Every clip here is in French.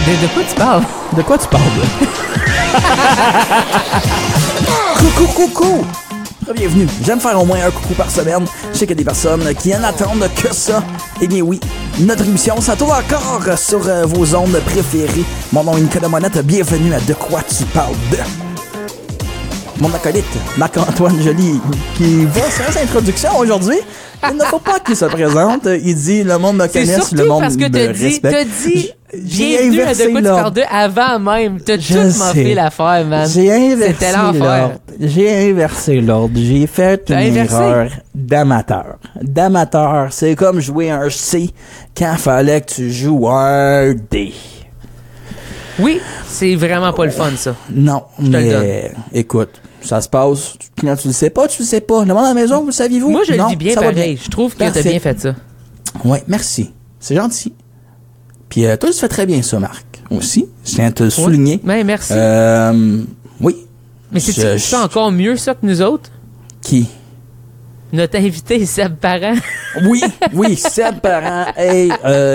De quoi tu parles? De quoi tu parles, là? Coucou! Bienvenue. J'aime faire au moins un coucou par semaine. Je sais qu'il y a des personnes qui en attendent que ça. Eh bien oui, notre émission, ça tourne encore sur vos ondes préférées. Mon nom est Nicolas Monette. Bienvenue à De quoi tu parles de... Mon acolyte, Marc-Antoine Joly, qui va faire sa introduction aujourd'hui. Il ne faut pas qu'il se présente. Il dit, le monde me connaît, le monde parce que t'as dit, bienvenue à De quoi tu parles de avant même. T'as tout moffé l'affaire, man. J'ai inversé l'ordre. J'ai inversé l'ordre. J'ai fait une erreur d'amateur. D'amateur, c'est comme jouer un C quand fallait que tu joues un D. Oui, c'est vraiment pas le fun, ça. Non, mais écoute, ça se passe. Quand tu le sais pas, tu le sais pas. Le monde à la maison, vous le saviez-vous? Moi, je le dis bien pareil. Je trouve que t'as bien fait ça. Oui, merci. C'est gentil. Puis toi, tu fais très bien ça, Marc. Aussi. Je tiens à te le souligner. Oui, merci. Oui. Mais c'est encore mieux, ça, que nous autres? Qui? Notre invité, Seb Parent. Oui, Seb Parent. Hey,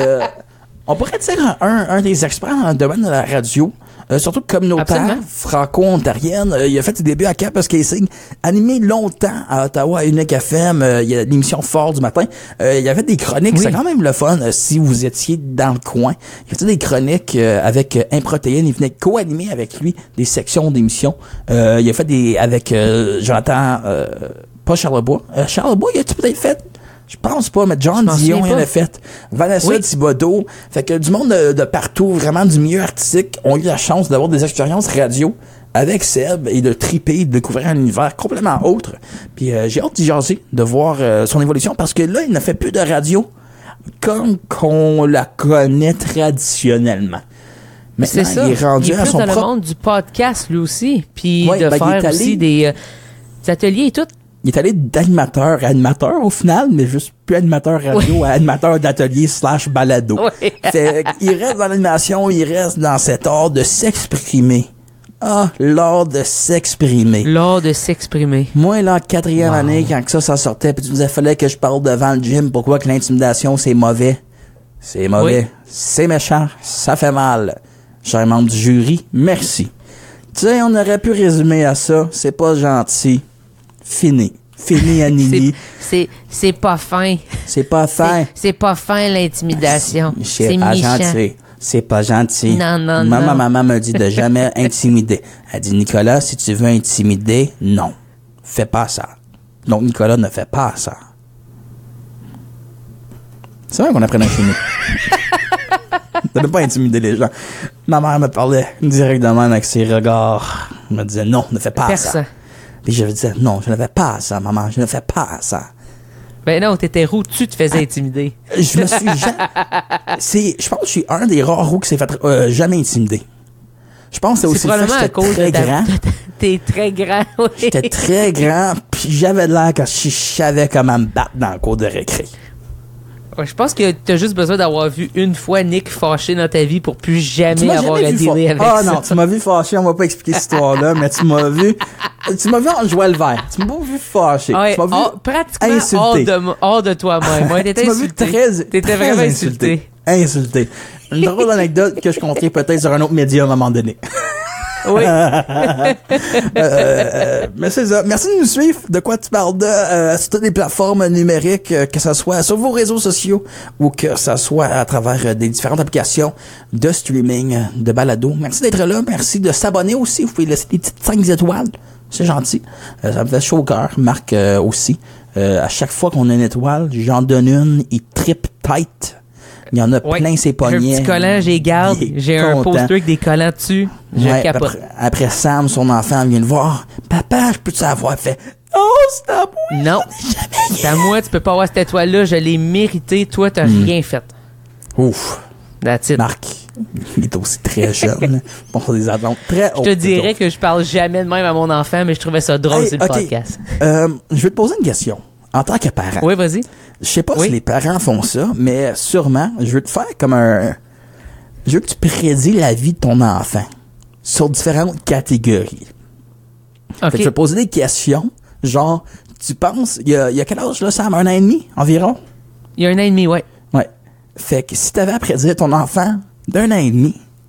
on pourrait dire un des experts dans le domaine de la radio, surtout communautaire, franco-ontarienne. Il a fait ses débuts à Campus Casing, animé longtemps à Ottawa, à Unique FM. Il y a l'émission Fort du matin. Il a fait des chroniques, c'est quand même le fun si vous étiez dans le coin. Il a fait des chroniques avec Improtéine. Il venait co-animer avec lui des sections d'émissions. Il a fait des avec Jonathan, pas Charlebois. Charlebois, il a-tu peut-être fait? Je pense pas, mais John Dion, il en a fait. Vanessa Thibodeau. Fait que du monde de partout, vraiment du milieu artistique, ont eu la chance d'avoir des expériences radio avec Seb et de triper, de découvrir un univers complètement autre. Puis j'ai hâte d'y jaser, de voir son évolution, parce que là, il ne fait plus de radio comme qu'on la connaît traditionnellement. Mais c'est ça. Il est rendu à son dans le monde du podcast, lui aussi. Puis de faire aussi des ateliers et tout. Il est allé d'animateur à animateur au final, mais juste plus animateur radio à animateur d'atelier / balado. Oui. Il reste dans l'animation, il reste dans cet art de s'exprimer. Ah, l'art de s'exprimer. L'art de s'exprimer. Moi, là, en 4e année, quand ça sortait, puis tu nous disais, fallait que je parle devant le gym, pourquoi que l'intimidation, c'est mauvais. C'est mauvais. Oui. C'est méchant. Ça fait mal. Cher membre du jury, merci. Tu sais, on aurait pu résumer à ça. C'est pas gentil. Fini Anini. C'est pas fin. C'est pas fin. C'est pas fin, l'intimidation. C'est pas gentil. C'est pas gentil. Non. Maman me dit de jamais intimider. Elle dit, Nicolas, si tu veux intimider, non. Fais pas ça. Donc, Nicolas ne fait pas ça. C'est vrai qu'on apprenait chez nous. De ne pas intimider les gens. Ma mère me parlait directement avec ses regards. Elle me disait, non, ne fais pas ça. Puis je disais, non, je ne fais pas ça, maman, je ne fais pas ça. Ben non, t'étais roux, tu te faisais intimider. Je me suis je pense que je suis un des rares roux qui s'est fait jamais intimider. Je pense que c'est aussi probablement à cause très grand. T'es très grand, oui. J'étais très grand, puis j'avais l'air que je savais comment me battre dans le cours de récré. Ouais, je pense que t'as juste besoin d'avoir vu une fois Nick fâché dans ta vie pour plus jamais avoir à dealer avec ça. Ah non, tu m'as vu fâché, on va pas expliquer cette histoire-là, mais tu m'as vu en jouant le vert. Tu m'as pas vu fâché. Ouais, tu m'as vu pratiquement insulté. hors de toi-même. Ouais, tu m'as vu t'étais vraiment insulté. Insulté. Une drôle d'anecdote que je compterai peut-être sur un autre média à un moment donné. Oui. Mais c'est ça. Merci de nous suivre. De quoi tu parles sur toutes les plateformes numériques, que ce soit sur vos réseaux sociaux ou que ce soit à travers des différentes applications de streaming, de balado. Merci d'être là. Merci de s'abonner aussi. Vous pouvez laisser des petites 5 étoiles. C'est gentil. Ça me fait chaud au cœur. Marc aussi. À chaque fois qu'on a une étoile, j'en donne une. Il tripe tight. Il y en a plein ses poignets. J'ai un petit collant, j'ai garde. J'ai un poster avec des collants dessus. Je capote. Après Sam, son enfant, vient le voir. Papa, je peux te savoir? Il fait, oh, c'est à moi. Non. C'est à moi, tu peux pas avoir cette étoile-là. Je l'ai méritée. Toi, t'as rien fait. Ouf. That's it. Marc, il est aussi très jeune. Pour des attentes très hautes. Je te dirais que je parle jamais de même à mon enfant, mais je trouvais ça drôle, c'est le podcast. Je vais te poser une question. En tant que parent. Oui, vas-y. Je sais pas si les parents font ça, mais sûrement, je veux te faire comme je veux que tu prédis la vie de ton enfant sur différentes catégories. Okay. Fait que je vais te poser des questions, genre, tu penses, il y a quel âge là, Sam? 1 an et demi environ? Il y a 1 an et demi, ouais. Ouais. Fait que si t'avais à prédire ton enfant d'1 an et demi,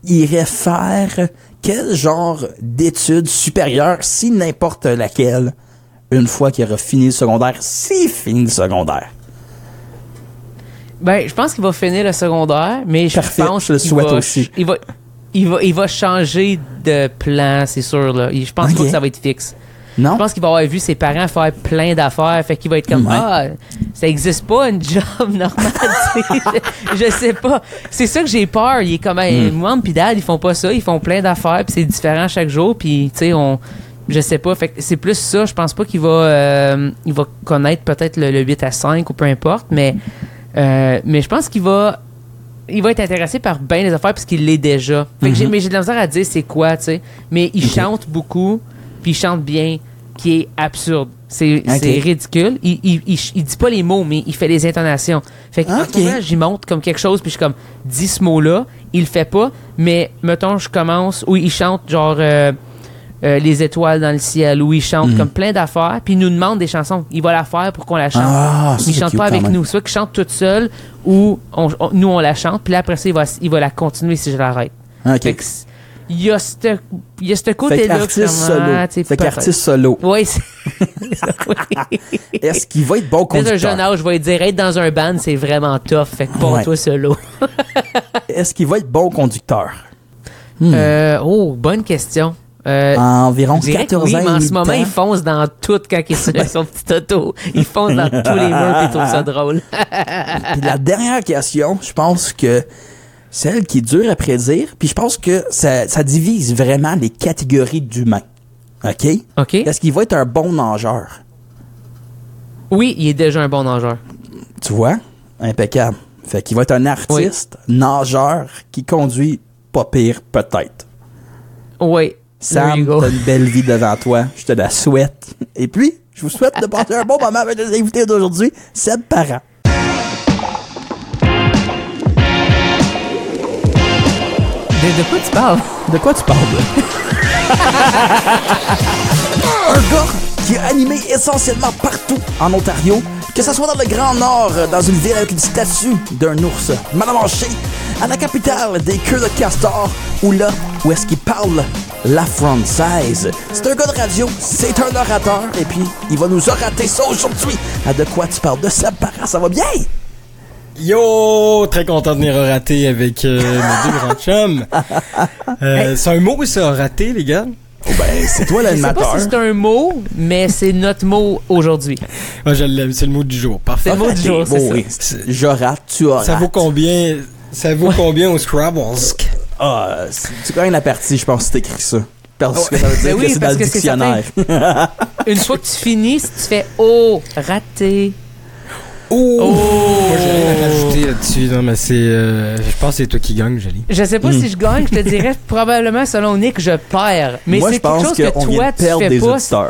irait faire quel genre d'études supérieures, si n'importe laquelle, une fois qu'il aura fini le secondaire, s'il finit le secondaire? Ben, je pense qu'il va finir le secondaire, mais Parfait, je pense je le souhaite aussi. Il va changer de plan, c'est sûr, là. Je pense pas que ça va être fixe. Non? Je pense qu'il va avoir vu ses parents faire plein d'affaires, fait qu'il va être comme ça existe pas une job normale. je sais pas. C'est ça que j'ai peur. Il est comme moi pis dad, ils font pas ça, ils font plein d'affaires puis c'est différent chaque jour puis tu sais je sais pas. Fait que c'est plus ça. Je pense pas qu'il va connaître peut-être le 8 à 5 ou peu importe, mais je pense qu'il va être intéressé par bien les affaires parce qu'il l'est déjà. Fait que mais j'ai de la misère à dire c'est quoi, tu sais. Mais il chante beaucoup. Puis il chante bien, qui est absurde. C'est ridicule. Il dit pas les mots, mais il fait les intonations. Fait que moi, j'y monte comme quelque chose, puis je suis comme, dis ce mot-là, il le fait pas, mais mettons, je commence, où il chante genre Les étoiles dans le ciel, où il chante comme plein d'affaires, puis il nous demande des chansons. Il va la faire pour qu'on la chante. Il chante pas avec nous. Soit qu'il chante toute seule, ou nous, on la chante, puis là, après ça, il va la continuer si je l'arrête. Fait que il y a ce côté-là. Fait qu'artiste solo. Oui. Est-ce qu'il va être bon conducteur? Dès un jeune âge, je vais dire, être dans un band, c'est vraiment tough. Fait que pas toi solo. Est-ce qu'il va être bon conducteur? Bonne question. Environ 14 ans. Mais en ce moment, il fonce dans tout quand il est sur son petit auto. Il fonce dans tous les murs et il trouve ça drôle. Puis la dernière question, je pense que celle qui est dure à prédire, puis je pense que ça divise vraiment les catégories d'humains. OK? Est-ce qu'il va être un bon nageur? Oui, il est déjà un bon nageur. Tu vois? Impeccable. Fait qu'il va être un artiste, nageur, qui conduit pas pire, peut-être. Oui. Sam, t'as une belle vie devant toi. Je te la souhaite. Et puis, je vous souhaite de passer un bon moment avec les invités d'aujourd'hui, Seb Parent. De quoi tu parles? De quoi tu parles? Un gars qui a animé essentiellement partout en Ontario, que ce soit dans le Grand Nord, dans une ville avec une statue d'un ours mal amanché, à la capitale des queues de castor, ou là où est-ce qu'il parle la française. C'est un gars de radio, c'est un orateur, et puis il va nous orater ça aujourd'hui. À De quoi tu parles de Seb Parent, ça va bien? Yo! Très content de venir orater avec mes deux grands chums. C'est un mot, ça, orater, les gars? Oh ben, c'est toi l'animateur. Je sais pas si c'est un mot, mais c'est notre mot aujourd'hui. Moi, je l'aime, c'est le mot du jour. Parfait. C'est le mot du jour, c'est oui. J'orate, tu orates. Ça vaut combien au Scrabble? Tu gagnes la partie, je pense, si t'écris ça. Parce que ça veut dire que c'est dans le dictionnaire. Une fois que tu finis, si tu fais « Oh, raté », moi, j'ai rien à rajouter là-dessus. Non, mais c'est. Je pense que c'est toi qui gagne, Jolie. Je sais pas si je gagne, je te dirais probablement, selon Nick, je perds. Mais moi, c'est quelque chose que toi, tu fais des pas. Auditeurs.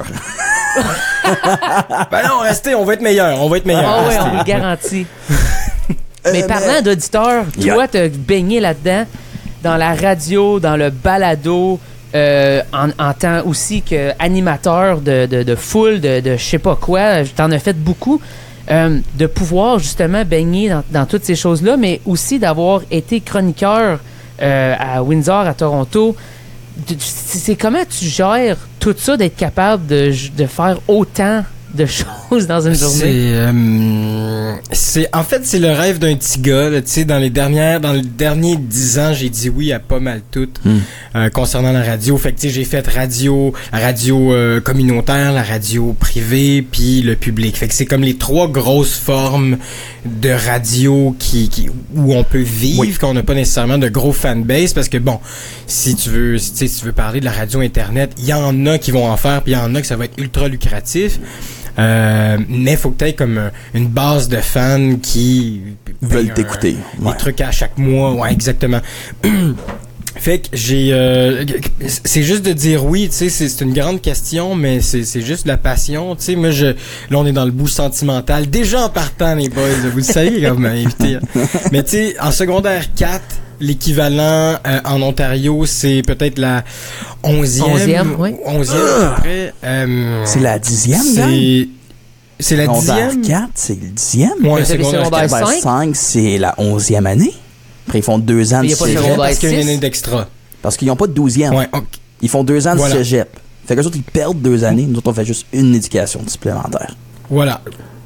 Ben non, restez, on va être meilleurs. Ah ouais, on vous le garantit. Mais parlant d'auditeurs, toi, t'as baigné là-dedans, dans la radio, dans le balado, en tant aussi qu'animateur de foule, de je sais pas quoi. T'en as fait beaucoup. De pouvoir justement baigner dans toutes ces choses-là, mais aussi d'avoir été chroniqueur à Windsor, à Toronto. C'est comment tu gères tout ça, d'être capable de faire autant de choses dans une journée? En fait, c'est le rêve d'un petit gars. Tu sais, dans les derniers 10 ans, j'ai dit oui à pas mal tout concernant la radio. Fait que tu sais, j'ai fait la radio communautaire, la radio privée, puis le public. Fait que c'est comme les 3 grosses formes de radio où on peut vivre, qu'on n'a pas nécessairement de gros fanbase, parce que bon, si tu veux parler de la radio internet, il y en a qui vont en faire, puis il y en a que ça va être ultra lucratif. Mais faut que tu aies comme une base de fans qui veulent t'écouter. Des trucs à chaque mois. Ouais, exactement. Fait que c'est juste de dire oui, tu sais, c'est une grande question, mais c'est juste de la passion, tu sais. Moi, là, on est dans le bout sentimental. Déjà en partant, les boys, vous le savez quand vous m'avez invité. Mais tu sais, en secondaire 4, l'équivalent en Ontario, c'est peut-être la 11e. Oui. 11e, après. C'est la 10e, c'est la 10e. Secondaire 4, c'est le 10e. Ouais, secondaire 5, c'est la 11e année. Après, ils font 2 ans de cégep. Parce qu'il y a une année d'extra. Parce qu'ils n'ont pas de 12e. Ouais, okay. Ils font 2 ans de cégep. Fait qu'eux autres, ils perdent 2 années. Nous autres, on fait juste une éducation supplémentaire. Voilà.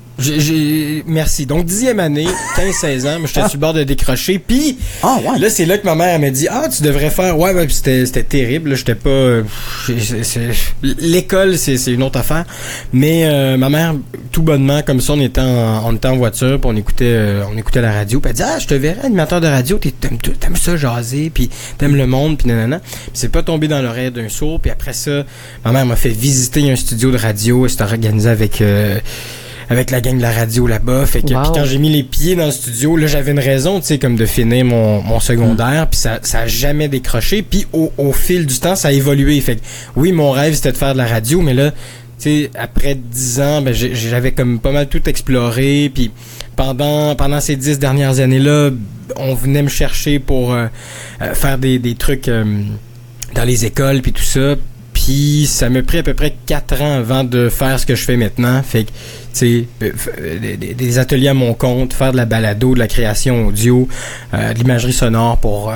Merci. Donc, 10e année, 15-16 ans, mais j'étais sur le bord de décrocher. Puis, là, c'est là que ma mère, elle m'a dit, tu devrais faire... Ouais, puis c'était terrible. Là, j'étais pas... L'école, c'est une autre affaire. Mais ma mère, tout bonnement, comme ça, on était en voiture, puis on écoutait la radio. Puis elle dit, je te verrai animateur de radio, t'aimes ça jaser, puis t'aimes le monde, puis nanana. Puis c'est pas tombé dans l'oreille d'un sourd. Puis après ça, ma mère m'a fait visiter un studio de radio. Elle s'était organisé avec la gang de la radio là-bas. Fait que puis quand j'ai mis les pieds dans le studio, là, j'avais une raison, tu sais, comme de finir mon secondaire, puis ça a jamais décroché. Puis au fil du temps, ça a évolué. Fait que oui, mon rêve, c'était de faire de la radio, mais là, tu sais, après 10 ans, ben, j'avais comme pas mal tout exploré. Puis pendant ces 10 dernières années-là, on venait me chercher pour faire des trucs dans les écoles, puis tout ça. Puis ça m'a pris à peu près 4 ans avant de faire ce que je fais maintenant. Fait que, tu sais, des ateliers à mon compte, faire de la balado, de la création audio, de l'imagerie sonore pour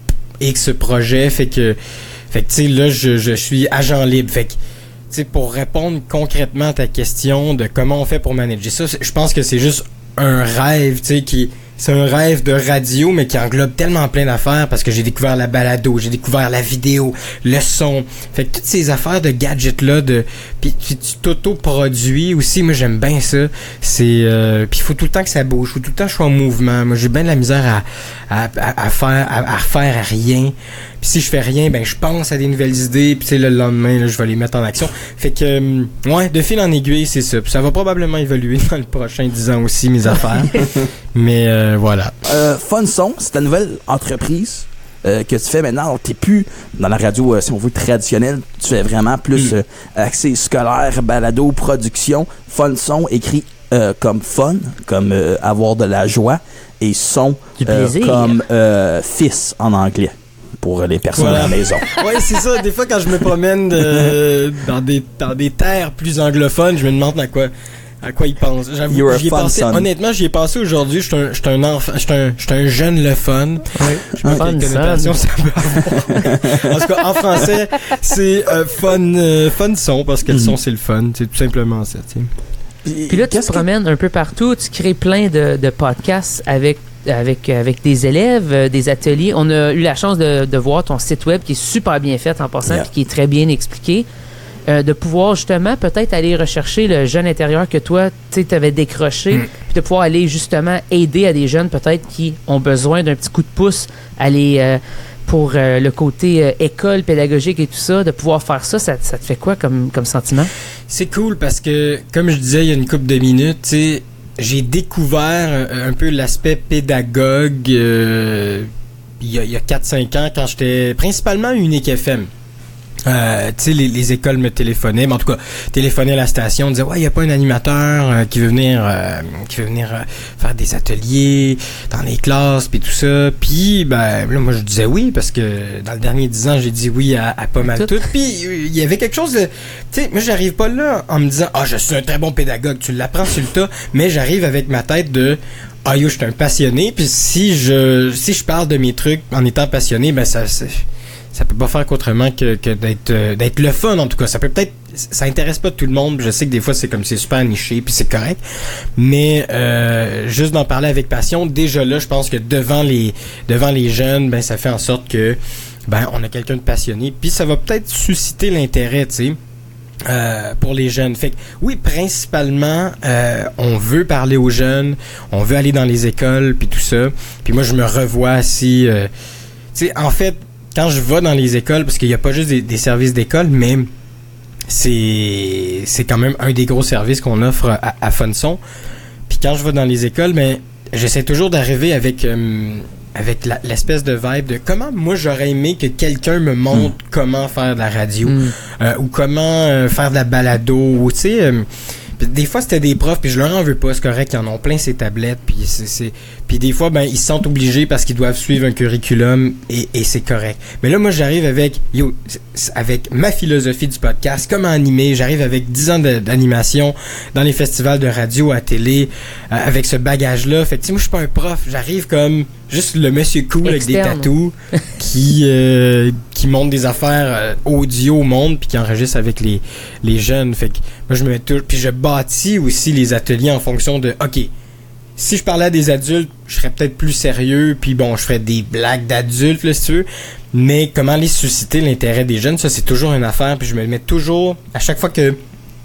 X projets. Fait que tu sais, là, je suis agent libre. Fait que, tu sais, pour répondre concrètement à ta question de comment on fait pour manager ça, je pense que c'est juste un rêve, tu sais, c'est un rêve de radio, mais qui englobe tellement plein d'affaires parce que j'ai découvert la balado, j'ai découvert la vidéo, le son. Fait que toutes ces affaires de gadgets-là, puis tu t'auto-produis aussi, moi j'aime bien ça. C'est puis il faut tout le temps que ça bouge, faut tout le temps que je sois en mouvement. Moi j'ai bien de la misère à refaire à rien. Puis si je fais rien, ben je pense à des nouvelles idées, puis tu sais le lendemain là, je vais les mettre en action. Fait que ouais, de fil en aiguille, c'est ça. Puis ça va probablement évoluer dans le prochain 10 ans aussi mes affaires. Mais voilà. Funson, c'est ta nouvelle entreprise que tu fais maintenant. Alors, t'es plus dans la radio, si on veut, traditionnelle. Tu fais vraiment plus axé scolaire, balado, production. Funson écrit comme fun, comme avoir de la joie, et son comme fils en anglais. Pour les personnes à la maison. Ouais, c'est ça. Des fois, quand je me promène dans des terres plus anglophones, je me demande à quoi ils pensent. J'avoue, honnêtement, j'y ai pensé aujourd'hui. Je suis un jeune le fun. Ouais. Je me quelle connotation ça peut avoir. En tout cas, en français, c'est fun son, parce que le son, c'est le fun. C'est tout simplement ça, tu sais. Puis là, tu te promènes un peu partout. Tu crées plein de podcasts avec des élèves, des ateliers. On a eu la chance de voir ton site web qui est super bien fait en passant, puis qui est très bien expliqué. De pouvoir justement peut-être aller rechercher le jeune intérieur que toi, tu avais décroché, puis de pouvoir aller justement aider à des jeunes peut-être qui ont besoin d'un petit coup de pouce, aller pour le côté école pédagogique et tout ça, de pouvoir faire ça te fait quoi comme sentiment? C'est cool parce que, comme je disais il y a une couple de minutes, tu sais, j'ai découvert un peu l'aspect pédagogue il y a 4-5 ans quand j'étais principalement à Unique FM. Tu sais, les écoles me téléphonaient, mais en tout cas, téléphonaient à la station, disaient ouais, il y a pas un animateur qui veut venir faire des ateliers dans les classes puis tout ça. Puis ben là, moi je disais oui parce que dans le dernier 10 ans, j'ai dit oui à pas mal tout. Puis il y avait quelque chose de, tu sais, moi j'arrive pas là en me disant je suis un très bon pédagogue, tu l'apprends sur le tas, mais j'arrive avec ma tête de je suis un passionné, puis si je parle de mes trucs en étant passionné, ben ça peut pas faire qu'autrement que d'être le fun, en tout cas. Ça intéresse pas tout le monde. Je sais que des fois, c'est super niché, puis c'est correct. Mais juste d'en parler avec passion, déjà là, je pense que devant les jeunes, ben ça fait en sorte que on a quelqu'un de passionné. Puis ça va peut-être susciter l'intérêt, tu sais. Pour les jeunes. Fait que oui, principalement, on veut parler aux jeunes, on veut aller dans les écoles, puis tout ça. Puis moi, je me revois assis... tu sais, en fait, quand je vais dans les écoles, parce qu'il n'y a pas juste des services d'école, mais c'est quand même un des gros services qu'on offre à Funson. Puis quand je vais dans les écoles, j'essaie toujours d'arriver avec l'espèce de vibe de comment moi j'aurais aimé que quelqu'un me montre comment faire de la radio ou comment faire de la balado, ou tu sais... Puis des fois, c'était des profs, puis je leur en veux pas, c'est correct, ils en ont plein ces tablettes, puis puis des fois, ben, ils se sentent obligés parce qu'ils doivent suivre un curriculum, et c'est correct. Mais là, moi, j'arrive avec ma philosophie du podcast, comment animer, j'arrive avec 10 ans d'animation dans les festivals de radio, à télé, avec ce bagage-là. Fait que, tu sais, moi, je suis pas un prof, j'arrive comme juste le monsieur cool externe. avec des tatous qui montre des affaires audio au monde puis qui enregistre avec les jeunes. Fait que moi je me mets tout, puis je bâtis aussi les ateliers en fonction de OK, si je parlais à des adultes, je serais peut-être plus sérieux, puis bon, je ferais des blagues d'adultes là, si tu veux, mais comment les susciter l'intérêt des jeunes, ça c'est toujours une affaire, puis je me mets toujours à chaque fois que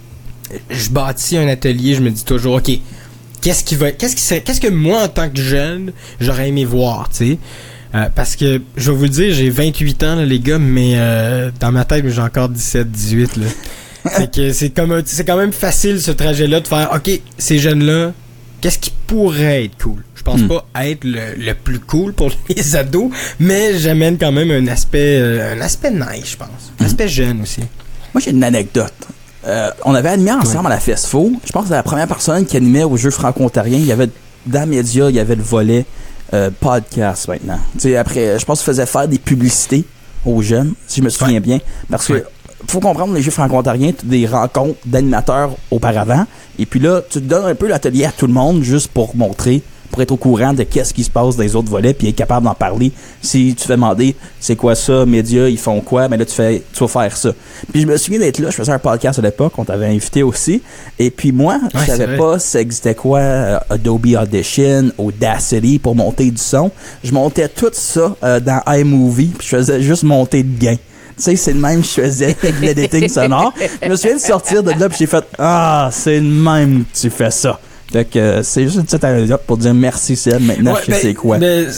je bâtis un atelier, je me dis toujours OK, qu'est-ce que moi en tant que jeune j'aurais aimé voir, tu sais. Parce que, je vais vous le dire, j'ai 28 ans, là, les gars, mais dans ma tête, j'ai encore 17, 18, là. Fait que c'est quand même facile, ce trajet-là, de faire, OK, ces jeunes-là, qu'est-ce qui pourrait être cool? Je pense pas être le plus cool pour les ados, mais j'amène quand même un aspect nice, je pense. Un aspect jeune aussi. Moi, j'ai une anecdote. On avait animé ensemble à la FESFO. Je pense que c'était la première personne qui animait au jeu franco-ontarien. Il y avait, dans Média, il y avait le volet podcast maintenant. Tu sais, après, je pense qu'il faisait faire des publicités aux jeunes, si je me souviens bien. Parce que faut comprendre, les jeux franco-ontariens, tu as des rencontres d'animateurs auparavant. Et puis là, tu te donnes un peu l'atelier à tout le monde juste pour montrer, pour être au courant de qu'est-ce qui se passe dans les autres volets, puis être capable d'en parler. Si tu fais demander, c'est quoi ça, médias, ils font quoi, mais là, tu vas faire ça. Puis je me souviens d'être là, je faisais un podcast à l'époque, on t'avait invité aussi, et puis moi, je savais pas ça existait quoi, Adobe Audition, Audacity pour monter du son. Je montais tout ça dans iMovie, puis je faisais juste monter de gain. Tu sais, c'est le même que je faisais avec l'editing sonore. Je me souviens de sortir de là, puis j'ai fait « Ah, c'est le même que tu fais ça ». Fait que c'est juste une petite anecdote pour dire merci Seb, maintenant je sais c'est quoi.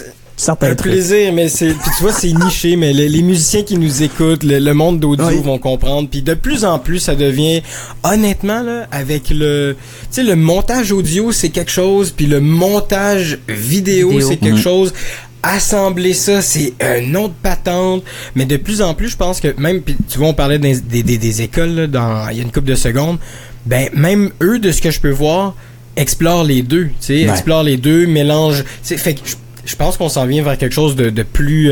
Un plaisir, mais puis tu vois, c'est niché, mais les musiciens qui nous écoutent, le monde d'audio vont comprendre, puis de plus en plus, ça devient, honnêtement, là, avec tu sais, le montage audio, c'est quelque chose, puis le montage vidéo. C'est quelque chose. Assembler ça, c'est une autre patente, mais de plus en plus, je pense que même, pis tu vois, on parlait des écoles, là, il y a une couple de secondes, ben, même eux, de ce que je peux voir, explore les deux, tu sais, explore les deux, mélange, fait que je pense qu'on s'en vient vers quelque chose de plus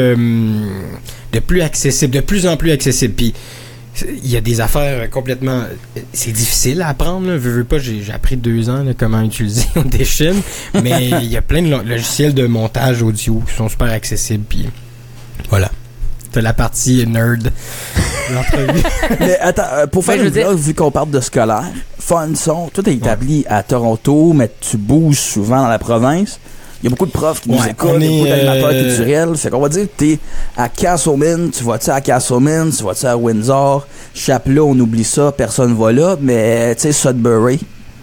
accessible, de plus en plus accessible, puis il y a des affaires complètement, c'est difficile à apprendre, là, veux pas, j'ai appris 2 ans là, comment utiliser Audition, mais il y a plein de logiciels de montage audio qui sont super accessibles, puis voilà. C'est la partie nerd de l'entrevue. Mais attends, pour faire une vlog, vu qu'on parle de scolaire, Funson, tout est établi à Toronto, mais tu bouges souvent dans la province. Il y a beaucoup de profs qui nous écoutent, il y a beaucoup d'animateurs culturels. Fait qu'on va dire que t'es à Castlemaine, tu vas-tu à Castlemaine, tu vas-tu à Windsor, Chapleau, on oublie ça, personne va là, mais tu sais, Sudbury.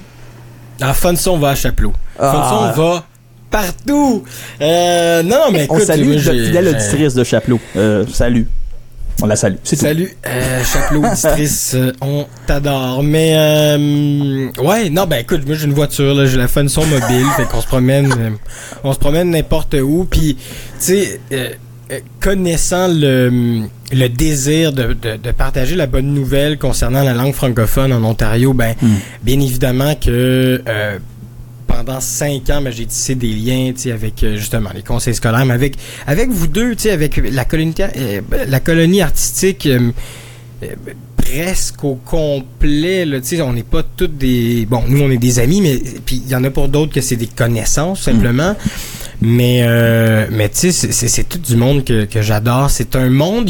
Funson va à Chapleau. Funson va partout. Non, mais écoute, on salue la fidèle auditrice de Chapleau. Salut. On la salue. C'est salut, Chapleau auditrice, on t'adore. Mais ouais, non, ben écoute, moi j'ai une voiture, là, j'ai la Funson mobile, fait qu'on se promène n'importe où. Puis, tu sais, connaissant le désir de partager la bonne nouvelle concernant la langue francophone en Ontario, ben bien évidemment que pendant 5 ans, ben, j'ai tissé des liens, tu sais, avec justement les conseils scolaires, mais avec vous deux, tu sais, avec la colonie artistique presque au complet, là, tu sais, on n'est pas tous des, bon, nous on est des amis, mais puis il y en a pour d'autres que c'est des connaissances simplement. Mais tu sais, c'est tout du monde que j'adore. C'est un monde,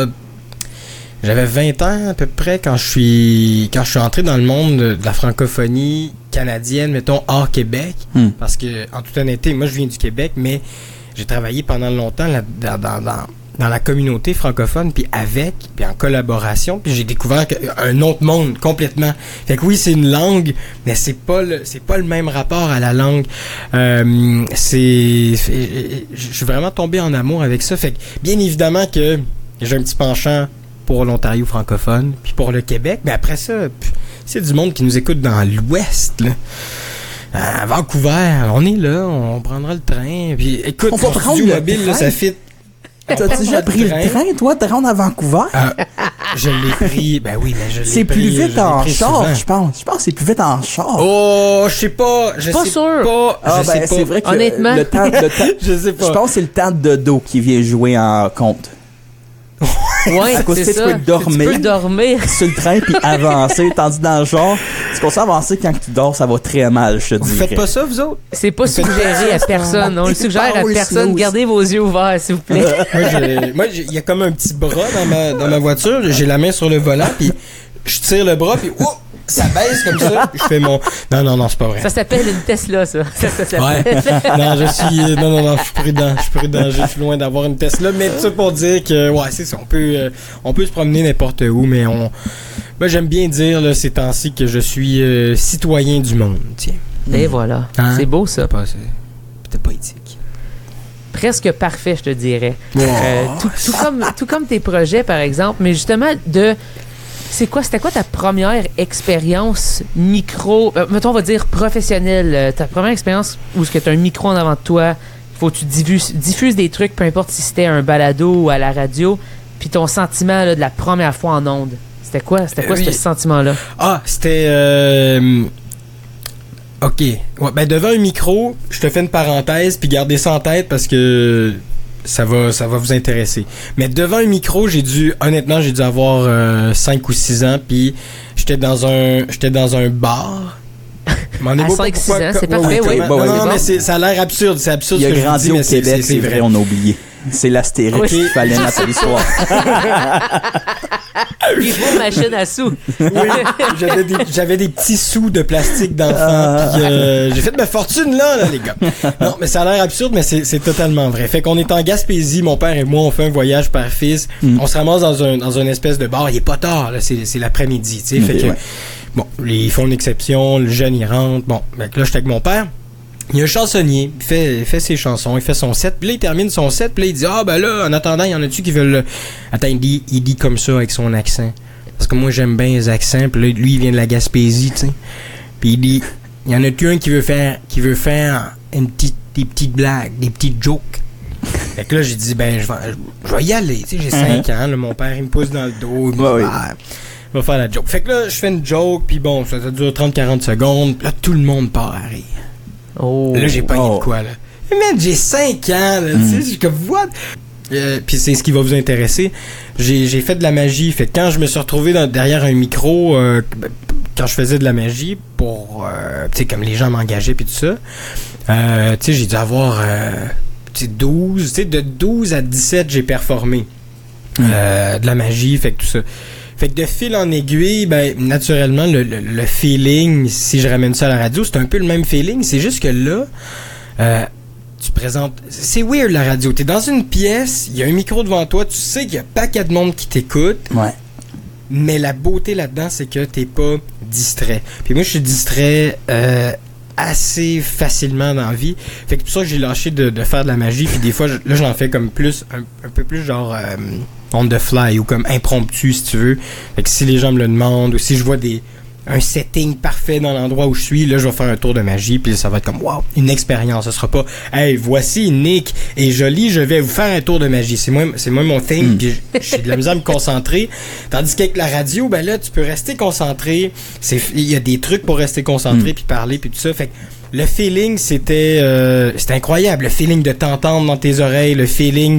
j'avais 20 ans à peu près quand je suis entré dans le monde de la francophonie canadienne, mettons, hors Québec. Parce que, en toute honnêteté, moi je viens du Québec, mais j'ai travaillé pendant longtemps dans la communauté francophone, puis en collaboration, puis j'ai découvert un autre monde complètement. Fait que oui, c'est une langue, mais c'est pas le même rapport à la langue. Je suis vraiment tombé en amour avec ça. Fait que bien évidemment que j'ai un petit penchant pour l'Ontario francophone, puis pour le Québec, mais après ça, c'est du monde qui nous écoute dans l'Ouest, là. À Vancouver, on est là, on prendra le train, puis écoute, on va prendre studio mobile, là, ça fit. T'as-tu déjà pris le train, toi, de rendre à Vancouver? Je l'ai pris, ben oui, mais je l'ai pris. C'est plus vite en char, je pense. Je pense que c'est plus vite en char. Oh, je sais pas. Je pas sais sûr. pas. Ah, je sais ben, pas. c'est vrai que honnêtement, le temps, je sais pas. je pense que c'est le temps de dos qui vient jouer en compte. Ouais, À cause c'est que tu ça. peux dormir. Tu peux dormir. Sur le train puis avancer, tandis dans le genre, tu commences à avancer quand tu dors, ça va très mal, je te dis. Vous faites pas ça, vous autres? C'est pas suggéré à personne. On le suggère à personne. Gardez vos yeux ouverts, s'il vous plaît. Moi, il y a comme un petit bras dans ma voiture. J'ai la main sur le volant, puis je tire le bras, puis ça baisse comme ça. Puis je fais mon... Non, c'est pas vrai. Ça s'appelle une Tesla, ça. Ça s'appelle. Ouais. Non, je suis prudent. Je suis loin d'avoir une Tesla, mais tout ça pour dire que, ouais, c'est ça. On peut se promener n'importe où, mais moi, j'aime bien dire, là, ces temps-ci, que je suis citoyen du monde, tiens. Et voilà. Hein? C'est beau, ça. C'est peut-être poétique. Presque parfait, je te dirais. Wow. Tout comme tes projets, par exemple, mais justement, c'était quoi ta première expérience micro, mettons, on va dire professionnelle, ta première expérience où tu as un micro en avant de toi, faut que tu diffuses des trucs, peu importe si c'était un balado ou à la radio, puis ton sentiment là, de la première fois en ondes. C'était quoi oui. ce sentiment-là? Ah, c'était... OK. Ouais, ben devant un micro, je te fais une parenthèse, puis gardez ça en tête parce que ça va vous intéresser. Mais devant un micro, j'ai dû avoir 5 ou 6 ans, puis j'étais dans un bar. À 5-6 ans, c'est parfait, oui. Non, mais ça a l'air absurde. C'est absurde. Il a ce que grandi je vous au dis, Québec, c'est vrai, on a oublié. C'est l'astérix qu'il fallait mettre l'histoire. Il faut machine à sous. Oui, j'avais des petits sous de plastique d'enfant. Puis j'ai fait ma fortune là, les gars. Non, mais ça a l'air absurde, mais c'est totalement vrai. Fait qu'on est en Gaspésie, mon père et moi, on fait un voyage père-fils. On se ramasse dans une espèce de bar. Il est pas tard, là, c'est l'après-midi, tu sais. Fait que, bon, ils font une exception, le jeune, il rentre. Bon, là, j'étais avec mon père. Il y a un chansonnier, il fait ses chansons, il fait son set, puis là, il termine son set, puis là, il dit « Ah, ben là, en attendant, il y en a-tu qui veulent... » Attends, il dit comme ça, avec son accent. Parce que moi, j'aime bien les accents, puis là, lui, il vient de la Gaspésie, tu sais. Puis il dit « Il y en a-tu un qui veut faire des petites blagues, des petites jokes? » Fait que là, j'ai dit « Ben, je vais y aller, tu sais, j'ai 5 ans, là, mon père, il me pousse dans le dos, il me dit « va faire la joke. » Fait que là, je fais une joke, puis bon, ça dure 30-40 secondes, puis là, tout le monde part à rire. Oh. Là, j'ai pogné de quoi, là. Mais man, j'ai 5 ans, là, tu sais, je suis comme, what? Puis c'est ce qui va vous intéresser. J'ai fait de la magie. Fait que quand je me suis retrouvé derrière un micro, quand je faisais de la magie, pour, tu sais, comme les gens m'engageaient, puis tout ça, tu sais, j'ai dû avoir, tu sais, 12, tu sais, de 12 à 17, j'ai performé. De la magie, fait que tout ça. Fait que de fil en aiguille, ben, naturellement, le feeling, si je ramène ça à la radio, c'est un peu le même feeling. C'est juste que là, tu présentes... C'est weird, la radio. T'es dans une pièce, il y a un micro devant toi, tu sais qu'il y a pas paquet de monde qui t'écoute. Ouais. Mais la beauté là-dedans, c'est que t'es pas distrait. Puis moi, je suis distrait assez facilement dans la vie. Fait que c'est pour ça que j'ai lâché de faire de la magie. Puis des fois, là, j'en fais comme plus, un peu plus genre... on the fly ou comme impromptu si tu veux. Fait que si les gens me le demandent ou si je vois un setting parfait dans l'endroit où je suis, là je vais faire un tour de magie puis ça va être comme wow, une expérience. Ce sera pas hey, voici Nick et Jolie, je vais vous faire un tour de magie. C'est moi mon thing puis j'ai de la misère à me concentrer. Tandis qu'avec la radio, ben là tu peux rester concentré. Il y a des trucs pour rester concentré puis parler puis tout ça. Fait que le feeling, c'était incroyable. Le feeling de t'entendre dans tes oreilles, le feeling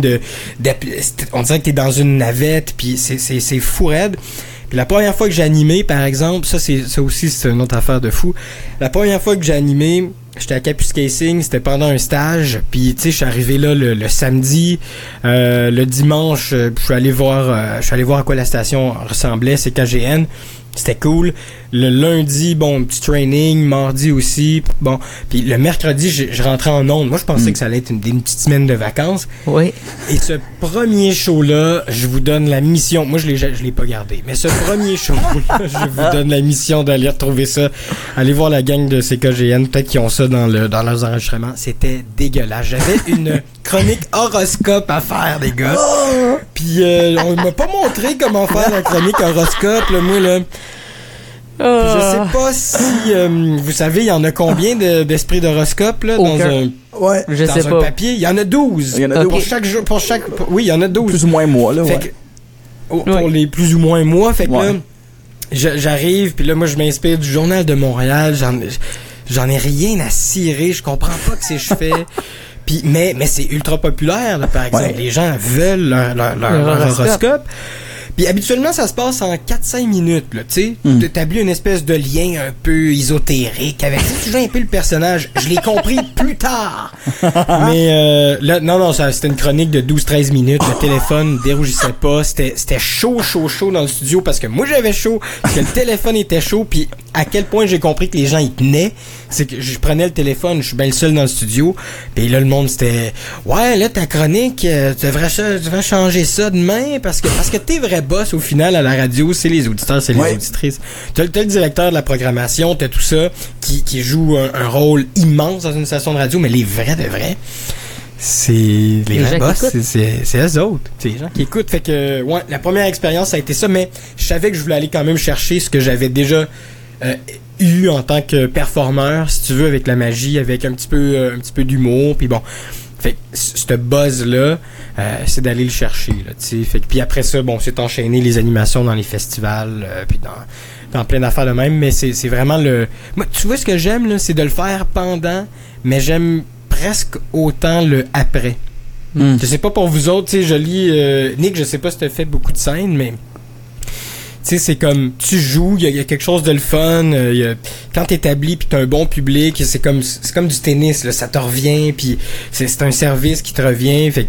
on dirait que t'es dans une navette, puis c'est fou raide. Puis la première fois que j'ai animé, par exemple, ça aussi, c'est une autre affaire de fou. La première fois que j'ai animé, j'étais à Kapuskasing, c'était pendant un stage, puis tu sais, je suis arrivé là le samedi, le dimanche, je suis allé voir à quoi la station ressemblait, c'est KGN. C'était cool. Le lundi, bon, petit training. Mardi aussi. Bon. Puis le mercredi, je rentrais en ondes. Moi, je pensais que ça allait être une petite semaine de vacances. Oui. Et ce premier show-là, je vous donne la mission. Moi, je l'ai pas gardé. Mais ce premier show-là, je vous donne la mission d'aller retrouver ça. Allez voir la gang de CKGN. Peut-être qu'ils ont ça dans leurs enregistrements. C'était dégueulasse. J'avais une chronique horoscope à faire, les gars. Puis on m'a pas montré comment faire la chronique horoscope. Là, moi, là... Je sais pas si vous savez, il y en a combien d'esprits d'horoscope là, dans un Ouais. Je sais Dans pas. un papier, il y en a 12. Il y en a 12. Pour chaque jour, oui, il y en a 12. Plus ou moins mois, là, Fait ouais. que, pour les plus ou moins mois, fait que Ouais. là, j'arrive, puis là, moi, je m'inspire du Journal de Montréal, j'en ai rien à cirer, je comprends pas que je fais. Puis, mais c'est ultra populaire, là, par exemple. Ouais. Les gens veulent leur horoscope. Puis habituellement, ça se passe en 4-5 minutes, là, tu sais. T'établis une espèce de lien un peu ésotérique avec... Tu joues un peu le personnage. Je l'ai compris plus tard. Mais là, non, c'était une chronique de 12-13 minutes. Le téléphone dérougissait pas. C'était chaud dans le studio parce que moi, j'avais chaud, parce que le téléphone était chaud. Puis à quel point j'ai compris que les gens y tenaient, c'est que je prenais le téléphone, je suis bien le seul dans le studio. Puis là, le monde, c'était... Ouais, là, ta chronique, tu devrais changer ça demain parce que t'es vrai boss au final à la radio, c'est les auditeurs, c'est les auditrices. T'as le directeur de la programmation, t'as tout ça qui joue un rôle immense dans une station de radio, mais les vrais de vrais, c'est les vrais boss, c'est eux autres, c'est les gens qui écoutent. Fait que ouais, la première expérience ça a été ça, mais je savais que je voulais aller quand même chercher ce que j'avais déjà eu en tant que performeur, si tu veux, avec la magie, avec un petit peu d'humour, puis bon. Fait que ce buzz-là, c'est d'aller le chercher, là, tu sais. Fait que puis après ça, bon, c'est enchaîné les animations dans les festivals, puis dans plein d'affaires de même, mais c'est vraiment le... Moi, tu vois, ce que j'aime, là, c'est de le faire pendant, mais j'aime presque autant le après. Je sais pas pour vous autres, tu sais, je lis... Nick, je sais pas si t'as fait beaucoup de scènes, mais... Tu sais, c'est comme, tu joues, il y a quelque chose de le fun, quand t'établis pis t'as un bon public, c'est comme du tennis, là, ça te revient, puis c'est un service qui te revient, fait que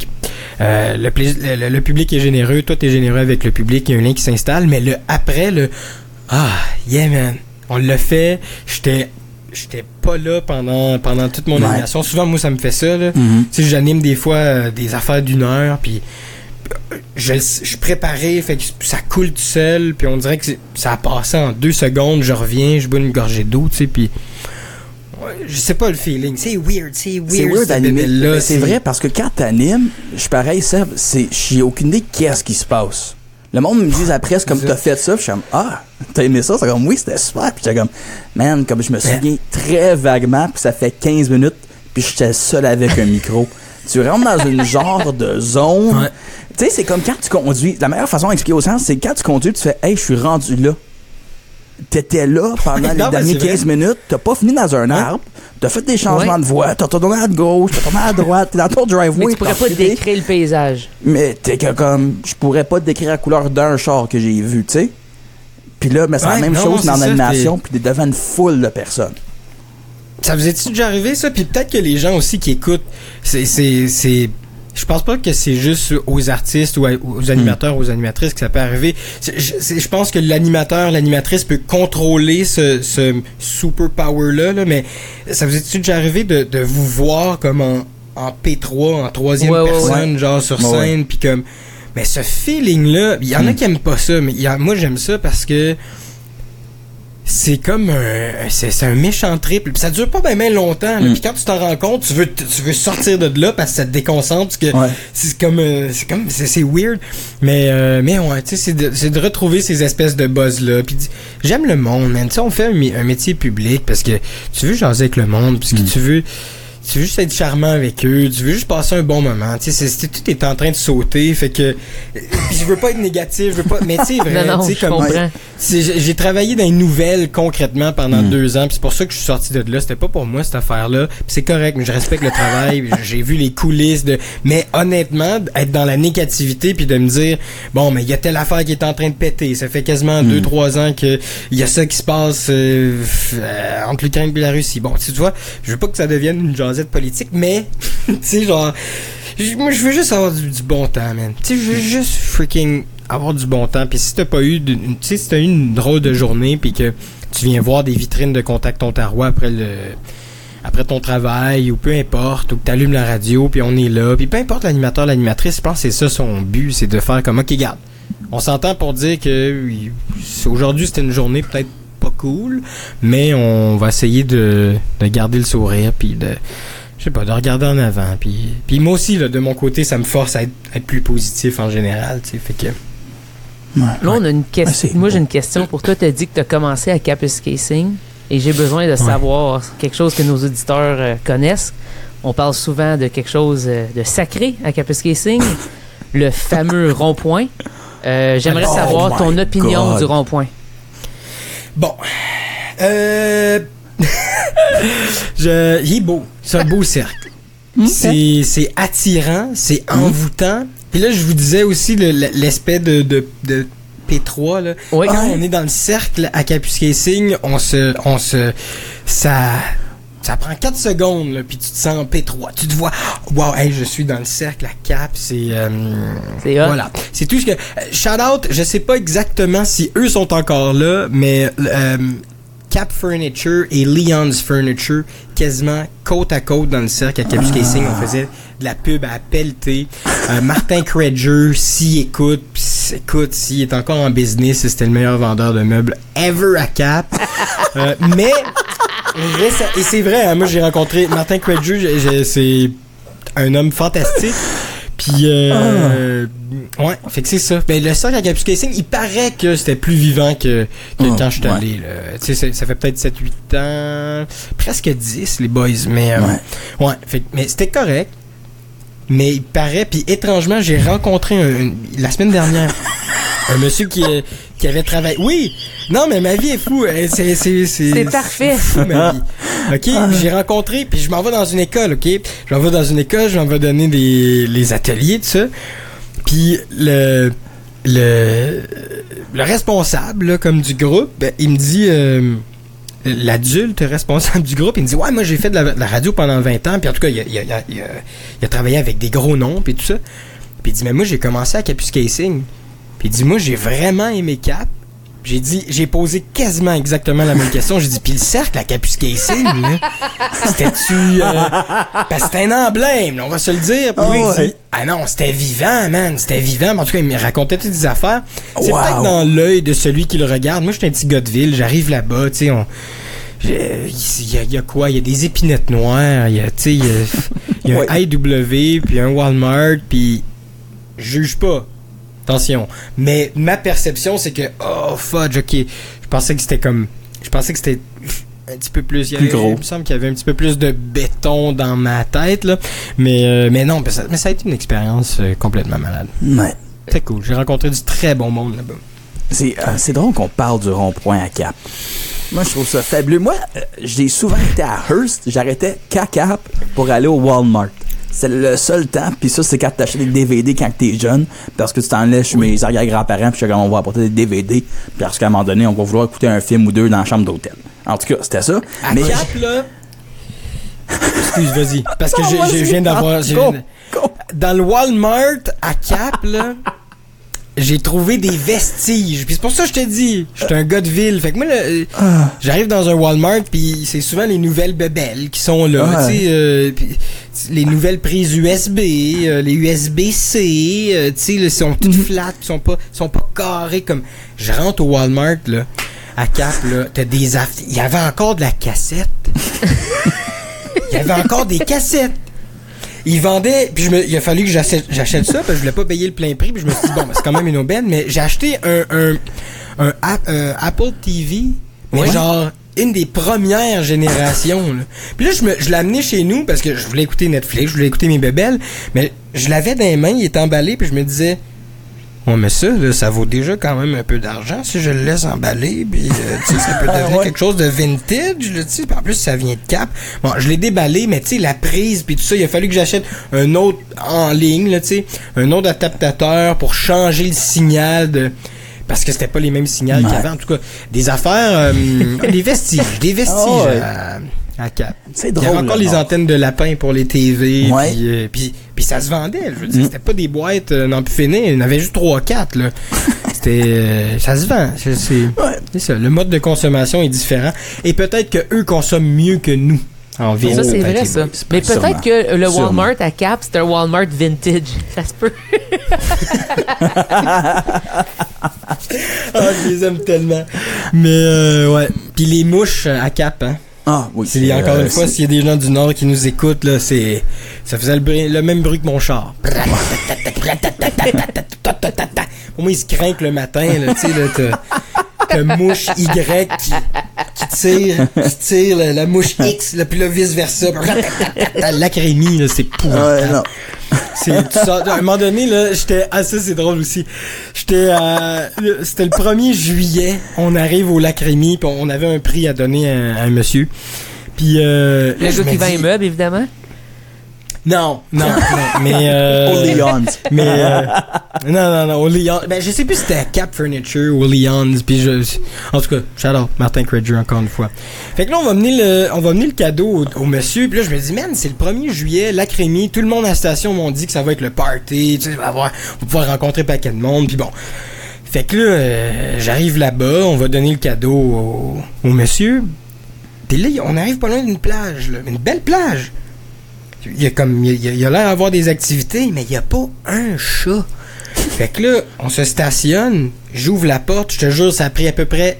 le public est généreux, toi t'es généreux avec le public, il y a un lien qui s'installe, mais le après, yeah man, on l'a fait, j'étais pas là pendant toute mon animation, souvent moi ça me fait ça, là, tu sais, j'anime des fois des affaires d'1 heure, puis je suis préparé, fait que ça coule tout seul, puis on dirait que ça a passé en 2 secondes, je reviens, je bois une gorgée d'eau, tu sais, puis je sais pas le feeling, c'est weird d'animer. C'est vrai, parce que quand t'animes, je suis pareil, Seb, j'ai aucune idée qu'est-ce qui se passe. Le monde me dit après, c'est comme t'as fait ça, puis je suis comme, t'as aimé ça? C'est comme, oui, c'était super, puis j'étais comme, man, comme je me souviens très vaguement, puis ça fait 15 minutes, puis j'étais seul avec un micro. Tu rentres dans une genre de zone. Ouais. Tu sais, c'est comme quand tu conduis. La meilleure façon d'expliquer au sens, c'est quand tu conduis, tu fais, hey, je suis rendu là. T'étais là pendant les dernières 15 minutes, t'as pas fini dans un arbre, t'as fait des changements de voie, t'as tourné à gauche, t'as tourné à droite, t'es dans ton driveway. Mais tu pourrais pas décrire le paysage. Mais t'es comme, je pourrais pas décrire la couleur d'un char que j'ai vu, tu sais. Puis là, mais c'est la même chose dans l'animation, puis t'es devant une foule de personnes. Ça vous est-tu déjà arrivé, ça? Puis peut-être que les gens aussi qui écoutent, je pense pas que c'est juste aux artistes ou aux animateurs ou aux animatrices que ça peut arriver. Je pense que l'animatrice peut contrôler ce super power-là, là, mais ça vous est-tu déjà arrivé de vous voir comme en P3, en troisième personne, genre sur scène, puis comme... Mais ce feeling-là, il y en a qui aiment pas ça, mais moi j'aime ça parce que c'est comme c'est un méchant triple, puis ça dure pas bien longtemps, puis quand tu t'en rends compte, tu veux sortir de là parce que ça te déconcentre, parce que c'est weird, mais ouais, tu sais, c'est de retrouver ces espèces de buzz là, puis j'aime le monde, man, tu sais, on fait un métier public parce que tu veux jaser avec le monde, parce que tu veux juste être charmant avec eux, tu veux juste passer un bon moment, tu sais, tout est en train de sauter, fait que je veux pas être négatif, je veux pas, mais tu sais, vrai, tu sais, comme j'ai travaillé dans une nouvelle concrètement pendant 2 ans, puis c'est pour ça que je suis sorti de là, c'était pas pour moi cette affaire-là, puis c'est correct, mais je respecte le travail, j'ai vu les coulisses mais honnêtement, être dans la négativité puis de me dire, bon, mais il y a telle affaire qui est en train de péter, ça fait quasiment 2-3 ans que il y a ça qui se passe entre l'Ukraine et la Russie, bon, tu vois, je veux pas que ça devienne une jasette politique, mais tu sais, genre moi je veux juste avoir du bon temps, man, tu sais, je veux juste freaking avoir du bon temps, puis si t'as pas eu si t'as eu une drôle de journée puis que tu viens voir des vitrines de Contact Ontario après ton travail, ou peu importe, ou que t'allumes la radio puis on est là, puis peu importe l'animateur, l'animatrice, je pense que c'est ça son but, c'est de faire comme, ok, garde, on s'entend pour dire que aujourd'hui c'était une journée peut-être pas cool, mais on va essayer de garder le sourire, puis de regarder en avant, puis moi aussi, là, de mon côté, ça me force à être plus positif en général, tu sais, fait que... Là, on a une question. Moi, j'ai une question pour toi. Tu as dit que tu as commencé à Capus Casing et j'ai besoin de savoir quelque chose que nos auditeurs connaissent. on parle souvent de quelque chose de sacré à Kapuskasing, le fameux rond-point. J'aimerais savoir ton opinion du rond-point. Bon. Il est beau. C'est un beau cercle. C'est attirant, c'est envoûtant. Puis là, je vous disais aussi l'aspect de P3, là. Oui. Quand on est dans le cercle à Kapuskasing, ça prend 4 secondes, là, puis tu te sens en P3. Tu te vois, wow, hey, je suis dans le cercle à Cap, c'est voilà. C'est tout ce que... shout out, je sais pas exactement si eux sont encore là, mais Cap Furniture et Leon's Furniture, quasiment côte à côte dans le cercle à Kapuskasing, on faisait de la pub à pelleter. Martin Kredger, s'il écoute, s'il est encore en business, c'était le meilleur vendeur de meubles ever à Cap. Mais... et c'est vrai, hein, moi j'ai rencontré Martin Kredger, c'est un homme fantastique. Puis ouais, fait que c'est ça. Ben le cercle à Kapuskasing, il paraît que c'était plus vivant que quand je suis allé. Tu sais, ça fait peut-être 7-8 ans, presque 10 les boys, mais ouais, fait, mais c'était correct. Mais il paraît, puis étrangement, j'ai rencontré la semaine dernière un monsieur qui avait travaillé. Oui! Non, mais ma vie est fou. C'est parfait. Fou, ma vie. OK? J'ai rencontré, puis je m'en vais dans une école, OK? Je m'en vais dans une école, je m'en vais donner les ateliers, tout ça. Puis le responsable, là, comme du groupe, ben, il me dit... l'adulte responsable du groupe, il me dit « Ouais, moi, j'ai fait de la radio pendant 20 ans, puis en tout cas, il a travaillé avec des gros noms, puis tout ça. » Puis il dit « Mais moi, j'ai commencé à Kapuskasing. » Puis il dit « Moi, j'ai vraiment aimé Cap. » J'ai posé quasiment exactement la même question. J'ai dit « Puis le cercle à Kapuskasing, là, c'était-tu... parce que c'était un emblème, là, on va se le dire. » Puis lui, il dit « Ah non, c'était vivant, man, c'était vivant. » En tout cas, il me racontait toutes des affaires. C'est peut-être dans l'œil de celui qui le regarde. Moi, j'étais un petit gars de ville, j'arrive là-bas, tu sais, il y a quoi? Il y a des épinettes noires, il y a un IW, puis un Walmart, puis je juge pas. Attention. Mais ma perception, c'est que, oh, fudge, ok. Je pensais que c'était un petit peu plus gros. Il me semble qu'il y avait un petit peu plus de béton dans ma tête, là. Mais non, ça a été une expérience complètement malade. Ouais. C'est cool. J'ai rencontré du très bon monde là-bas. C'est drôle qu'on parle du rond-point à Cap. Moi, je trouve ça fabuleux. Moi, j'ai souvent été à Hearst. J'arrêtais qu'à Cap pour aller au Walmart. C'est le seul temps, puis ça, c'est quand t'achètes des DVD quand t'es jeune, parce que tu t'en laisses chez mes arrière-grands-parents, puis on va apporter des DVD, parce qu'à un moment donné, on va vouloir écouter un film ou deux dans la chambre d'hôtel. En tout cas, c'était ça. À Cap, là... Excuse, vas-y. Parce que je viens d'avoir... Dans le Walmart, à Cap, là... J'ai trouvé des vestiges. Puis c'est pour ça que je te dis, je suis un gars de ville. Fait que moi, j'arrive dans un Walmart, puis c'est souvent les nouvelles bebelles qui sont là. Tu sais, les nouvelles prises USB, les USB-C, tu sais, sont toutes flat, sont pas carrées comme. Je rentre au Walmart là, à Cap là, t'as des il y avait encore de la cassette. Il y avait encore des cassettes. Ils vendaient, puis il a fallu que j'achète ça, parce que je voulais pas payer le plein prix, puis je me suis dit, bon, c'est quand même une aubaine, mais j'ai acheté un Apple TV, mais genre, une des premières générations, là. Puis là, je l'ai amené chez nous, parce que je voulais écouter Netflix, je voulais écouter mes bébelles, mais je l'avais dans les mains, il était emballé, puis je me disais, ouais, mais ça, là, ça vaut déjà quand même un peu d'argent si je le laisse emballer, puis tu sais, ça peut devenir quelque chose de vintage, là, tu sais, puis en plus ça vient de Cap. Bon, je l'ai déballé, mais tu sais, la prise puis tout ça, il a fallu que j'achète un autre en ligne, là, tu sais, un autre adaptateur pour changer le signal parce que c'était pas les mêmes signaux qu'il y avait, en tout cas, des affaires, des vestiges à Cap. C'est drôle. Il y avait encore les antennes de lapin pour les TV, puis ça se vendait. Je veux dire, c'était pas des boîtes non plus finies, il y en avait juste 3-4 là. C'était ça se vend. C'est ça. Le mode de consommation est différent et peut-être que eux consomment mieux que nous. En ville. Ça, c'est vrai, ça. Mais peut-être que le Walmart à Cap, c'est un Walmart vintage. Ça se peut. Je les aime tellement. Mais, ouais. Puis les mouches à Cap, hein. Ah, oui. Encore une fois, s'il y a des gens du Nord qui nous écoutent, là, ça faisait le même bruit que mon char. Pour moi, il se craint le matin, là, tu sais, là, t'as mouche Y qui tire la mouche X, là, puis là, vice-versa. Lacrémie, là, c'est pourri. Ouais, non. C'est tout ça. À un moment donné, là, j'étais... Ah, ça, c'est drôle aussi. C'était le 1er juillet. On arrive au Lacrémie, puis on avait un prix à donner à un monsieur. Puis... le gars qui vend un meuble, évidemment. Non, mais Leon's. Mais non, au Leon's. Ben je sais plus si c'était à Cap Furniture ou au Leon's, puis en tout cas, shout-out Martin Credger encore une fois. Fait que là on va mener le cadeau au monsieur, puis là je me dis man, c'est le 1er juillet, Lacrémie, tout le monde à la station m'ont dit que ça va être le party, tu sais, on va pouvoir rencontrer un paquet de monde, puis bon. Fait que là j'arrive là-bas, on va donner le cadeau au monsieur. Puis là on arrive pas loin d'une plage là, une belle plage. Il y a l'air d'avoir des activités, mais il n'y a pas un chat. Fait que là, on se stationne, j'ouvre la porte, je te jure, ça a pris à peu près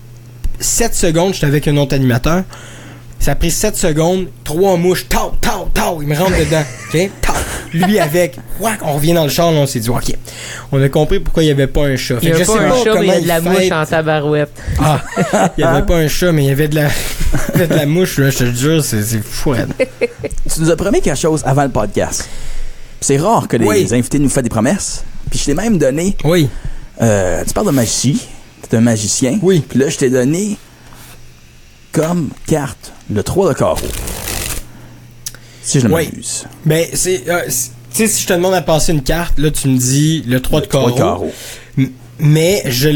7 secondes, j'étais avec un autre animateur. Ça a pris 7 secondes, 3 mouches, il me rentre dedans. Okay? Lui avec, on revient dans le char, là, on s'est dit, ok, on a compris pourquoi il n'y avait pas un chat. Il n'y avait pas un chat, mais il y a de la mouche en tabarouette. Ah, il n'y avait pas un chat, mais il y avait de la mouche, là, je te jure, c'est fou. Tu nous as promis quelque chose avant le podcast. C'est rare que les invités nous fassent des promesses. Puis je t'ai même donné... Oui. Tu parles de magie. T'es un magicien. Oui. Puis là, je t'ai donné comme carte le 3 de carreau. Si je ne m'abuse. Ben, tu sais, si je te demande à passer une carte, là, tu me dis le 3 de carreau. 3 de carreau. Mais je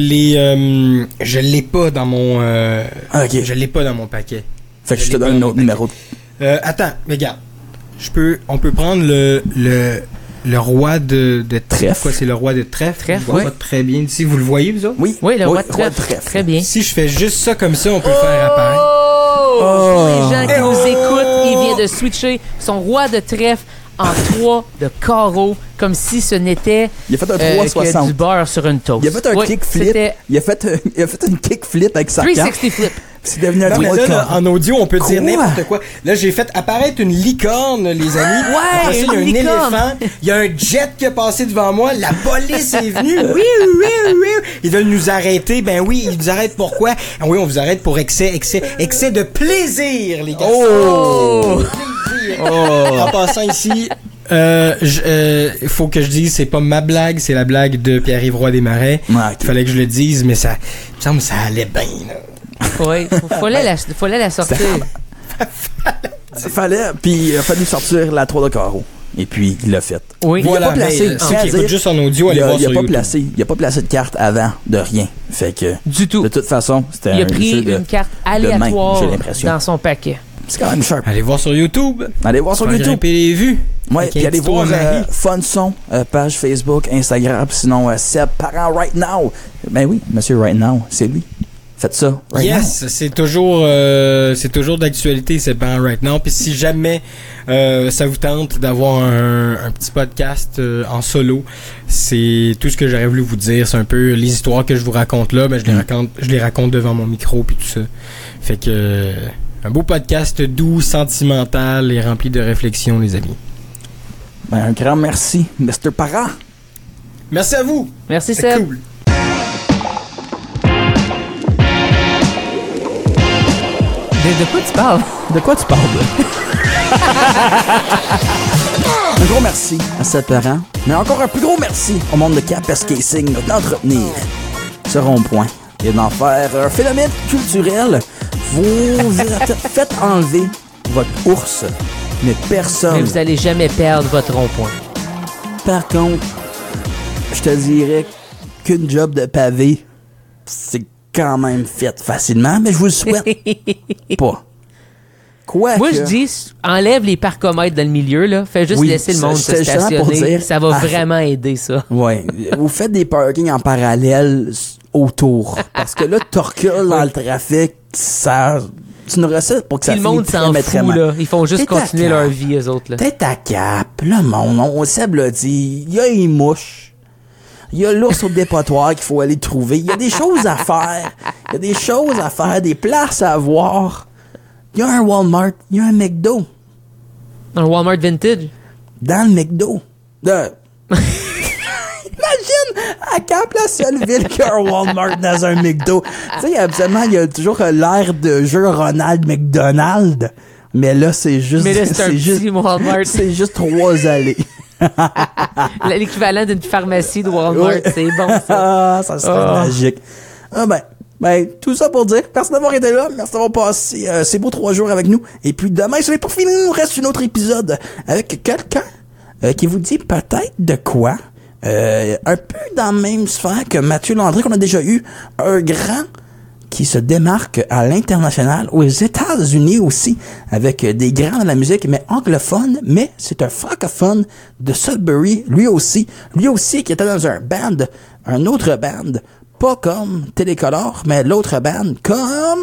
l'ai pas dans mon... OK. Je l'ai pas dans mon paquet. Fait que je te donne un autre numéro. Attends, mais regarde. On peut prendre le roi de trèfle. Quoi, c'est le roi de trèfle? Trèfle, je vois pas très bien. Si vous le voyez, vous autres? Oui. Oui, le roi de trèfle. Très bien. Si je fais juste ça comme ça, on peut le faire apparaître. Pour les gens qui nous écoutent, il vient de switcher son roi de trèfle en 3 de carreau, comme si ce n'était il a fait un 360. Du beurre sur une toast. Il a fait un kickflip. Il a fait une kickflip avec sa carte. 360 flip. C'est devenu un 3 de carreau. En audio, on peut dire n'importe quoi. Là, j'ai fait apparaître une licorne, les amis. Ouais, après ça, il y a un éléphant. Il y a un jet qui est passé devant moi. La police est venue. Ils veulent nous arrêter. Ben oui, ils nous arrêtent pourquoi? Oui, on vous arrête pour excès de plaisir, les gars. Oh! En passant ici, il faut que je dise, c'est pas ma blague, c'est la blague de Pierre-Yves Roy Desmarais. Ouais, okay. Il fallait que je le dise, mais ça, il me semble que ça allait bien, là. Oui, fallait la sortir. Puis il a fallu sortir la 3 de carreau. Et puis, il l'a fait. Oui. Il a pas placé. Ceux qui écoutent juste en audio, allez voir sur YouTube. Il a pas placé de carte avant de rien. Fait que... Du tout. De toute façon, c'était il a pris une carte aléatoire dans son paquet. C'est quand même sharp. Allez voir sur YouTube. Allez voir sur YouTube. Les vues. Ouais, puis allez voir Fun Son, page Facebook, Instagram, sinon Seb Parent Right Now. Ben oui, monsieur Right Now, c'est lui. Faites ça. Right now. C'est toujours d'actualité, Seb Parent Right Now. Puis si jamais ça vous tente d'avoir un petit podcast en solo, c'est tout ce que j'aurais voulu vous dire. C'est un peu les histoires que je vous raconte là, ben je les raconte devant mon micro puis tout ça. Fait que un beau podcast doux, sentimental et rempli de réflexion, les amis. Ben, un grand merci, Mr. Parent. Merci à vous. Merci, c'est Seb. Cool. De quoi tu parles? De quoi tu parles? Un gros merci à Seb Parent, mais encore un plus gros merci au monde de Cap Casing d'entretenir ce rond-point et d'en faire un phénomène culturel. Vous faites enlever votre ours, mais personne. Mais vous allez jamais perdre votre rond-point. Par contre, je te dirais qu'une job de pavé, c'est quand même fait facilement, mais je vous le souhaite pas. Moi, je dis, enlève les parcomètres dans le milieu, là. Fais juste laisser le monde se stationner. Ça va vraiment aider, ça. Ouais. Vous faites des parkings en parallèle autour. Parce que là, tu recules dans le trafic, ça... C'est une recette pour que ça finisse le monde s'en fout, là. Ils font juste continuer leur vie, eux autres, là. Tête à cap. Le monde, on Seb l'a dit, il y a une mouche. Il y a l'ours au dépotoir qu'il faut aller trouver. Il y a des choses à faire. Il y a des choses à faire, des places à voir. Il y a un Walmart, il y a un McDo. Un Walmart vintage? Dans le McDo. Imagine À Cap, la seule ville qui a un Walmart dans un McDo. Tu sais, absolument, il y a toujours l'air de jeu Ronald McDonald. Mais là, c'est juste... Mais là, c'est un petit Walmart. C'est juste 3 allées. L'équivalent d'une pharmacie de Walmart, Ouais. c'est bon, ça. Ça serait magique. Ah ben, tout ça pour dire, merci d'avoir été là, merci d'avoir passé ces beaux 3 jours avec nous. Et puis demain, pour finir, il nous reste un autre épisode avec quelqu'un qui vous dit peut-être de quoi, un peu dans la même sphère que Mathieu Landry qu'on a déjà eu, un grand qui se démarque à l'international, aux États-Unis aussi, avec des grands de la musique, mais anglophone, mais c'est un francophone de Sudbury, lui aussi qui était dans un autre band, pas comme Télécolor, mais l'autre band comme...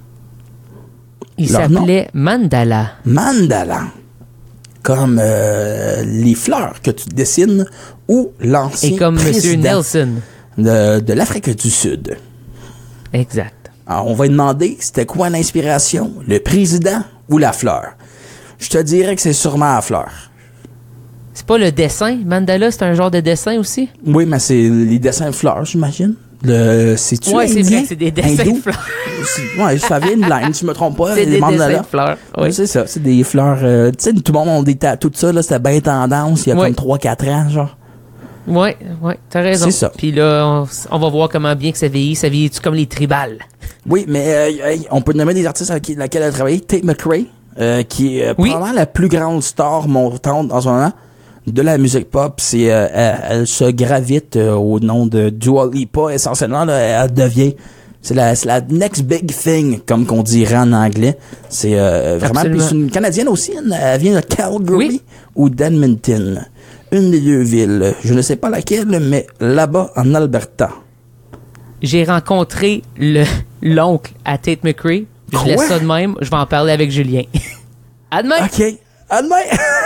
Il leur s'appelait Mandala. Mandala. Comme les fleurs que tu dessines, ou l'ancien Et comme M. président Nelson. de l'Afrique du Sud. Exact. Alors, on va lui demander c'était quoi l'inspiration, le président ou la fleur. Je te dirais que c'est sûrement la fleur. C'est pas le dessin. Mandala, c'est un genre de dessin aussi? Oui, mais c'est les dessins de fleurs, j'imagine. C'est-tu Ouais, c'est indien? vrai que c'est des dessins Hindou? de fleurs. Ouais, ça vient de l'Inde, si je me trompe pas. C'est les des mandalas. dessins de fleurs. Oui. C'est ça, c'est des fleurs. Tu sais, tout le monde a des tout ça, là, c'était bien tendance il y a Ouais. comme 3-4 ans, genre. Ouais, t'as raison. C'est ça. Puis là, on va voir comment bien que ça vieillit. Ça vieillit-tu comme les tribales? Oui, mais on peut nommer des artistes avec lesquels elle a travaillé. Tate McRae, qui est Oui. probablement la plus grande star montante en ce moment de la musique pop. Elle se gravite au nom de Dua Lipa. Essentiellement, là, elle devient... C'est la next big thing, comme qu'on dirait en anglais. C'est vraiment... Absolument. Puis c'est une Canadienne aussi. Elle vient de Calgary Oui. ou d'Edmonton. Une des 2 villes. Je ne sais pas laquelle, mais là-bas, en Alberta. J'ai rencontré l'oncle à Tate McRae. Je Quoi? laisse ça de même. Je vais en parler avec Julien. À demain! OK. À demain!